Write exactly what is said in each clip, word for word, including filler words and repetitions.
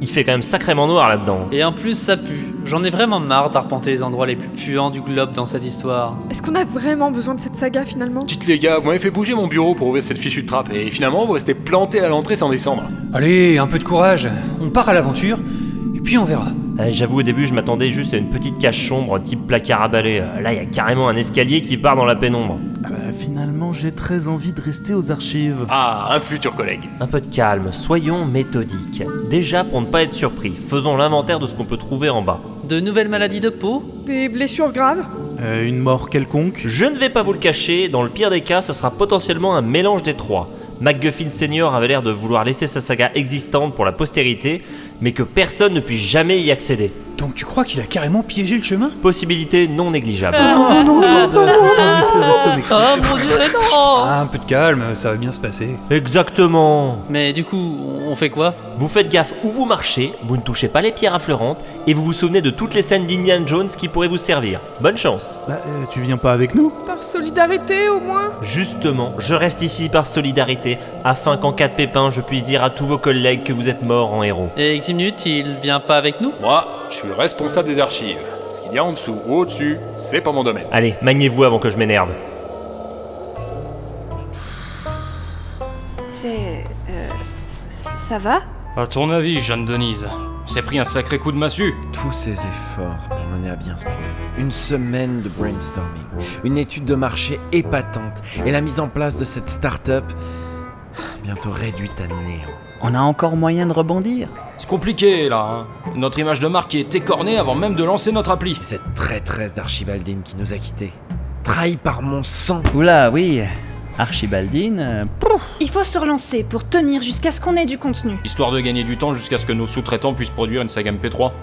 Il fait quand même sacrément noir là-dedans. Et en plus ça pue. J'en ai vraiment marre d'arpenter les endroits les plus puants du globe dans cette histoire. Est-ce qu'on a vraiment besoin de cette saga finalement ? Dites les gars, vous m'avez fait bouger mon bureau pour ouvrir cette fichue trappe et finalement vous restez plantés à l'entrée sans descendre. Allez, un peu de courage, on part à l'aventure, et puis on verra. Euh, J'avoue, au début, je m'attendais juste à une petite cage sombre type placard à balai. Euh, Là, il y a carrément un escalier qui part dans la pénombre. Ah bah, finalement, j'ai très envie de rester aux archives. Ah, un futur collègue. Un peu de calme, soyons méthodiques. Déjà, pour ne pas être surpris, faisons l'inventaire de ce qu'on peut trouver en bas. De nouvelles maladies de peau ? Des blessures graves ? Euh, une mort quelconque ? Je ne vais pas vous le cacher, dans le pire des cas, ce sera potentiellement un mélange des trois. MacGuffin Senior avait l'air de vouloir laisser sa saga existante pour la postérité, mais que personne ne puisse jamais y accéder. Donc tu crois qu'il a carrément piégé le chemin ? Possibilité non négligeable. Oh non, non, non, Oh mon dieu, mais non. Ah, un peu de calme, ça va bien se passer. Exactement. Mais du coup, on fait quoi ? Vous faites gaffe où vous marchez, vous ne touchez pas les pierres affleurantes, et vous vous souvenez de toutes les scènes d'Indiana Jones qui pourraient vous servir. Bonne chance. Bah, euh, tu viens pas avec nous ? Par solidarité au moins ? Justement, je reste ici par solidarité, afin qu'en cas de pépin, je puisse dire à tous vos collègues que vous êtes morts en héros. Et Ximnut, il vient pas avec nous ? Moi, je suis responsable des archives. Ce qu'il y a en dessous ou au-dessus, c'est pas mon domaine. Allez, maniez-vous avant que je m'énerve. C'est... Euh... Ça va ? À ton avis, Jeanne Denise, c'est pris un sacré coup de massue. Tous ces efforts pour mener à bien ce projet. Une semaine de brainstorming, une étude de marché épatante et la mise en place de cette start-up bientôt réduite à néant. On a encore moyen de rebondir. C'est compliqué là, hein. Notre image de marque qui est écornée avant même de lancer notre appli. Et cette traîtresse d'Archibaldine qui nous a quittés, trahie par mon sang. Oula, oui. Archibaldine... euh, pouf. Il faut se relancer pour tenir jusqu'à ce qu'on ait du contenu. Histoire de gagner du temps jusqu'à ce que nos sous-traitants puissent produire une saga M P trois.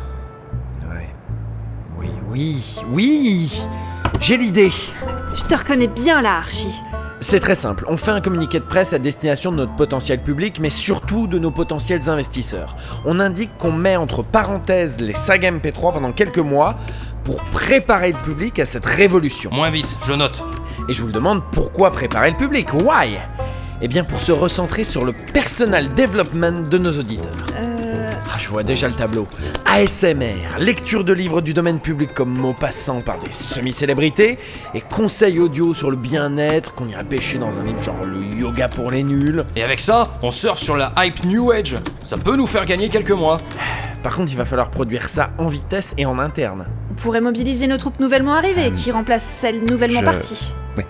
Ouais. Oui, oui, oui. J'ai l'idée. Je te reconnais bien là, Archie. C'est très simple, on fait un communiqué de presse à destination de notre potentiel public, mais surtout de nos potentiels investisseurs. On indique qu'on met entre parenthèses les sagas M P trois pendant quelques mois pour préparer le public à cette révolution. Moins vite, je note. Et je vous le demande, pourquoi préparer le public ? Why ? Eh bien pour se recentrer sur le personal development de nos auditeurs. Euh... Ah, je vois déjà le tableau. A S M R, lecture de livres du domaine public comme mot passant par des semi-célébrités, et conseils audio sur le bien-être qu'on irait pêcher dans un livre genre le yoga pour les nuls. Et avec ça, on surfe sur la hype New Age. Ça peut nous faire gagner quelques mois. Par contre, il va falloir produire ça en vitesse et en interne. On pourrait mobiliser nos troupes nouvellement arrivées, qui remplacent celles nouvellement je- parties. Oui.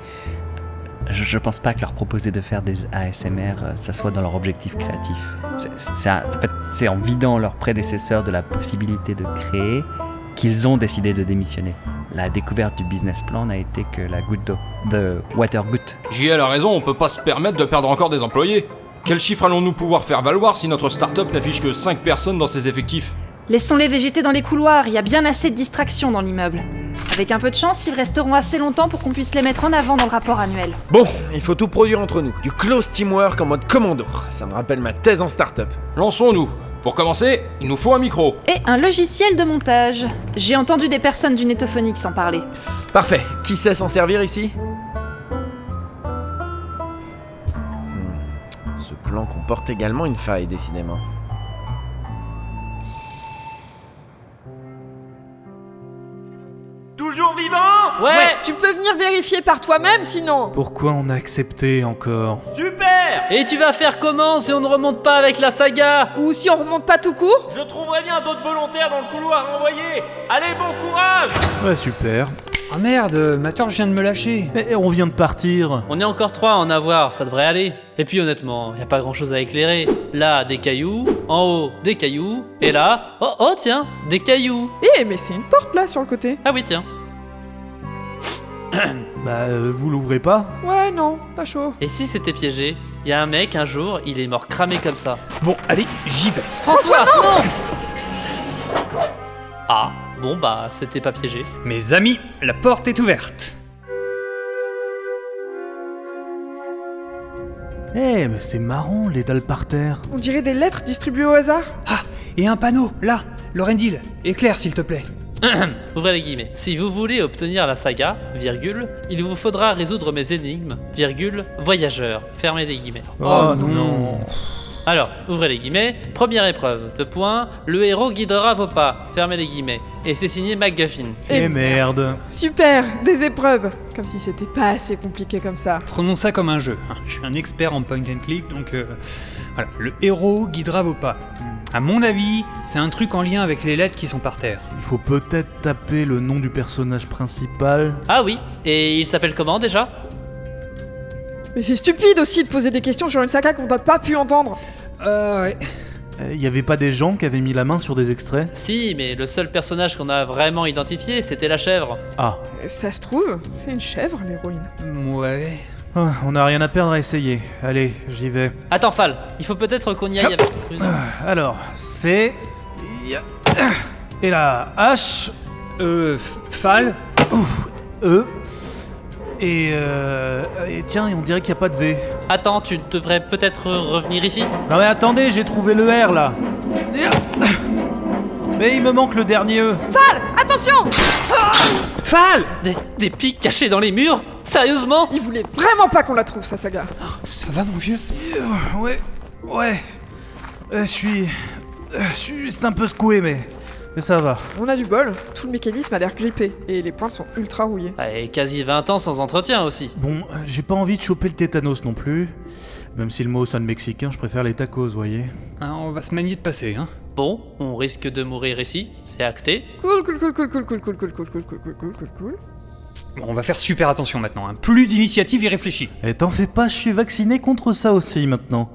Je, je pense pas que leur proposer de faire des A S M R, euh, ça soit dans leur objectif créatif. C'est, c'est, c'est un- en fait, c'est en vidant leurs prédécesseurs de la possibilité de créer qu'ils ont décidé de démissionner. La découverte du business plan n'a été que la goutte d'eau. The water good. J L a raison, on peut pas se permettre de perdre encore des employés. Quel chiffre allons-nous pouvoir faire valoir si notre start-up n'affiche que cinq personnes dans ses effectifs ? Laissons-les végéter dans les couloirs, il y a bien assez de distractions dans l'immeuble. Avec un peu de chance, ils resteront assez longtemps pour qu'on puisse les mettre en avant dans le rapport annuel. Bon, il faut tout produire entre nous. Du close teamwork en mode commando. Ça me rappelle ma thèse en start-up. Lançons-nous. Pour commencer, il nous faut un micro. Et un logiciel de montage. J'ai entendu des personnes du Netophonics en parler. Parfait. Qui sait s'en servir ici ? Hmm. Ce plan comporte également une faille, décidément. Toujours vivant ? Ouais, Tu peux venir vérifier par toi-même sinon. Pourquoi on a accepté encore ? Super ! Et tu vas faire comment si on ne remonte pas avec la saga ? Ou si on remonte pas tout court. Je trouverai bien d'autres volontaires dans le couloir à envoyer. Allez, bon courage ! Ouais, super. Ah merde, ma torche vient de me lâcher. Mais on vient de partir. On est encore trois à en avoir, ça devrait aller. Et puis honnêtement, y a pas grand chose à éclairer. Là, des cailloux, en haut, des cailloux, et là, oh oh tiens, des cailloux. Eh mais c'est une porte là sur le côté. Ah oui tiens. Bah, euh, vous l'ouvrez pas ? Ouais non, pas chaud. Et si c'était piégé ? Y a un mec un jour, il est mort cramé comme ça. Bon, allez, j'y vais. François, non, Ah, bon bah c'était pas piégé. Mes amis, la porte est ouverte. Eh, mais c'est marrant, les dalles par terre. On dirait des lettres distribuées au hasard. Ah, et un panneau, là. Lorendil, éclaire s'il te plaît. Ouvrez les guillemets. Si vous voulez obtenir la saga, virgule, il vous faudra résoudre mes énigmes, virgule, voyageurs. Fermez les guillemets. Oh, non. Alors, ouvrez les guillemets. Première épreuve, deux points. Le héros guidera vos pas. Fermez les guillemets. Et c'est signé MacGuffin. Et Eh merde. Super, des épreuves. Comme si c'était pas assez compliqué comme ça. Prenons ça comme un jeu. hein. Je suis un expert en point and click, donc euh, voilà. Le héros guidera vos pas. À mon avis, c'est un truc en lien avec les lettres qui sont par terre. Il faut peut-être taper le nom du personnage principal. Ah oui, et il s'appelle comment déjà? Mais c'est stupide aussi de poser des questions sur une saga qu'on n'a pas pu entendre. Euh, ouais. Il y avait pas des gens qui avaient mis la main sur des extraits? Si, mais le seul personnage qu'on a vraiment identifié, c'était la chèvre. Ah. Euh, Ça se trouve, c'est une chèvre, l'héroïne. Ouais. Ah, on n'a rien à perdre à essayer. Allez, j'y vais. Attends, Fal, il faut peut-être qu'on y aille avec une... Alors, c'est... Et la H, Euh, F- Fal E... Et euh... Et tiens, on dirait qu'il n'y a pas de V. Attends, tu devrais peut-être revenir ici. Non mais attendez, j'ai trouvé le R là. Mais il me manque le dernier E. Attention! Fal Des, des pics cachés dans les murs? Sérieusement? Il voulait vraiment pas qu'on la trouve, sa saga. Ça va, mon vieux? Ouais, ouais. Euh, Je suis... euh, Je suis juste un peu secoué, mais... Mais ça va. On a du bol, tout le mécanisme a l'air grippé, et les pointes sont ultra rouillées. Ah, et quasi vingt ans sans entretien aussi. Bon, euh, j'ai pas envie de choper le tétanos non plus. Même si le mot sonne mexicain, je préfère les tacos, voyez. Ah, on va se manier de passer, hein. Bon, on risque de mourir ici, c'est acté. Cool, cool, cool, cool, cool, cool, cool, cool, cool, cool, cool, cool, cool, cool, cool. Bon, on va faire super attention maintenant, hein. Plus d'initiative irréfléchie. Et t'en fais pas, je suis vacciné contre ça aussi maintenant.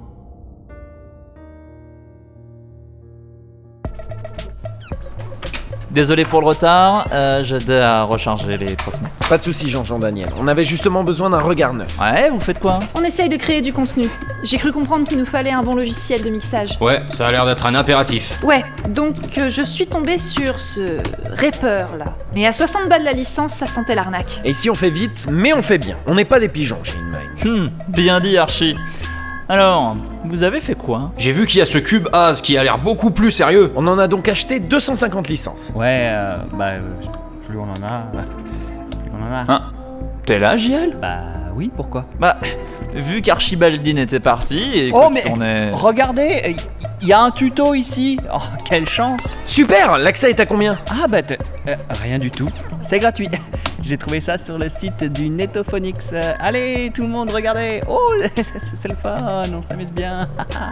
Désolé pour le retard, euh, j'aide à recharger les trottinettes. Pas de soucis, Jean-Jean Daniel. On avait justement besoin d'un regard neuf. Ouais, vous faites quoi? On essaye de créer du contenu. J'ai cru comprendre qu'il nous fallait un bon logiciel de mixage. Ouais, ça a l'air d'être un impératif. Ouais, donc euh, je suis tombée sur ce Reaper là. Mais à soixante balles la licence, ça sentait l'arnaque. Et ici on fait vite, mais on fait bien. On n'est pas des pigeons chez InMind. Hmm, bien dit Archie. Alors, vous avez fait quoi? J'ai vu qu'il y a ce cube Az qui a l'air beaucoup plus sérieux. On en a donc acheté deux cent cinquante licences. Ouais, euh, bah, euh, plus on en a, euh, plus on en a. Hein? T'es là, J L? Bah oui, pourquoi? Bah, vu qu'Archibaldine était parti et Oh, que mais on est... regardez, il y a un tuto ici. Oh, quelle chance. Super, l'accès est à combien? Ah bah, t- euh, rien du tout. C'est gratuit. J'ai trouvé ça sur le site du Netophonix. Euh, allez, tout le monde, regardez. Oh, c'est, c'est le fun, on s'amuse bien.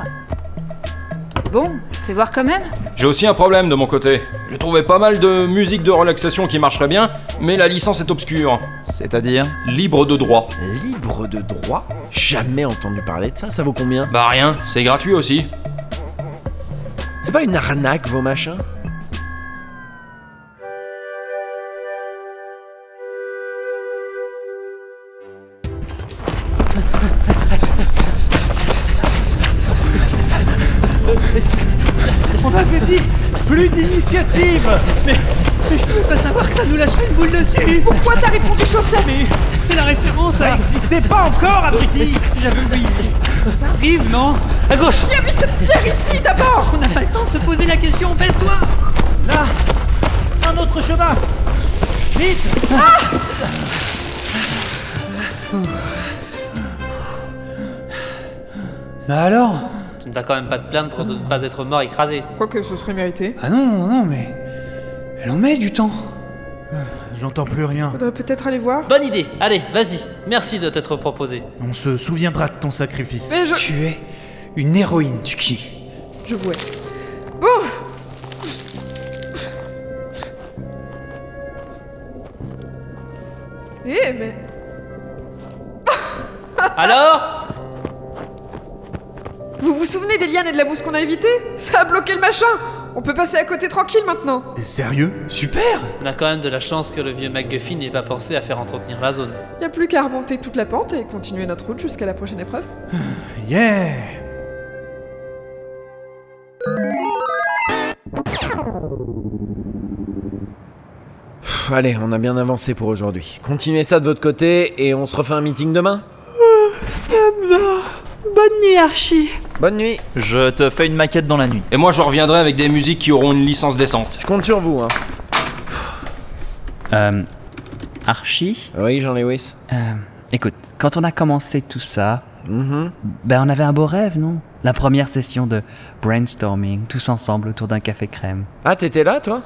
Bon, fais voir quand même. J'ai aussi un problème de mon côté. J'ai trouvé pas mal de musique de relaxation qui marcherait bien, mais la licence est obscure. C'est-à-dire? Libre de droit. Libre de droit? Jamais entendu parler de ça, ça vaut combien? Bah rien, c'est gratuit aussi. C'est pas une arnaque vos machins? On avait dit plus d'initiative. Mais, mais je pouvais pas savoir que ça nous lâcherait une boule dessus. Pourquoi t'as répondu chaussette? Mais c'est la référence. Ça existait pas encore, abruti. J'avais oublié. Ça arrive, non? À gauche! Qui a mis cette pierre ici d'abord? On n'a pas le temps de se poser la question. Baisse-toi. Là, un autre chemin. Vite. Bah alors? Tu ne vas quand même pas te plaindre de ne pas être mort écrasé. Quoique ce serait mérité. Ah non, non, mais... Elle en met du temps. J'entends plus rien. Faudrait peut-être aller voir. Bonne idée, allez, vas-y. Merci de t'être proposé. On se souviendra de ton sacrifice. Mais je... Tu es une héroïne, Tuki. Je vouais. Bon. Eh mais... Alors? Vous vous souvenez des lianes et de la mousse qu'on a évité? Ça a bloqué le machin. On peut passer à côté tranquille maintenant. Sérieux? Super. On a quand même de la chance que le vieux MacGuffin n'ait pas pensé à faire entretenir la zone. Y a plus qu'à remonter toute la pente et continuer notre route jusqu'à la prochaine épreuve. Yeah. Pff, allez, on a bien avancé pour aujourd'hui. Continuez ça de votre côté et on se refait un meeting demain? Ça me va. Bonne nuit, Archie. Bonne nuit. Je te fais une maquette dans la nuit. Et moi je reviendrai avec des musiques qui auront une licence décente. Je compte sur vous, hein. Euh, Archie, Oui, Jean-Lewis. euh, écoute, quand on a commencé tout ça, Mhm. ben on avait un beau rêve, non? La première session de brainstorming, tous ensemble autour d'un café crème. Ah, t'étais là, toi?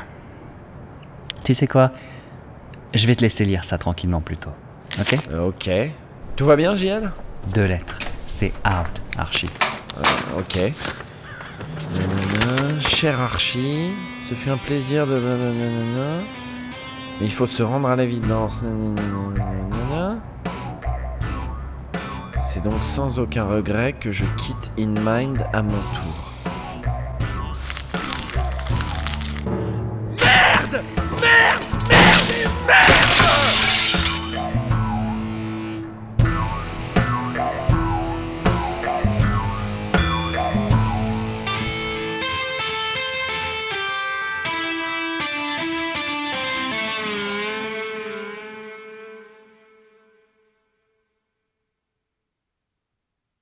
Tu sais quoi? Je vais te laisser lire ça tranquillement plutôt. Ok? Euh, ok. Tout va bien, J L? Deux lettres. C'est out, Archie. Euh, ok. Nanana, cher Archie, ce fut un plaisir de... nanana. Mais il faut se rendre à l'évidence. Nanana. C'est donc sans aucun regret que je quitte InMind à mon tour.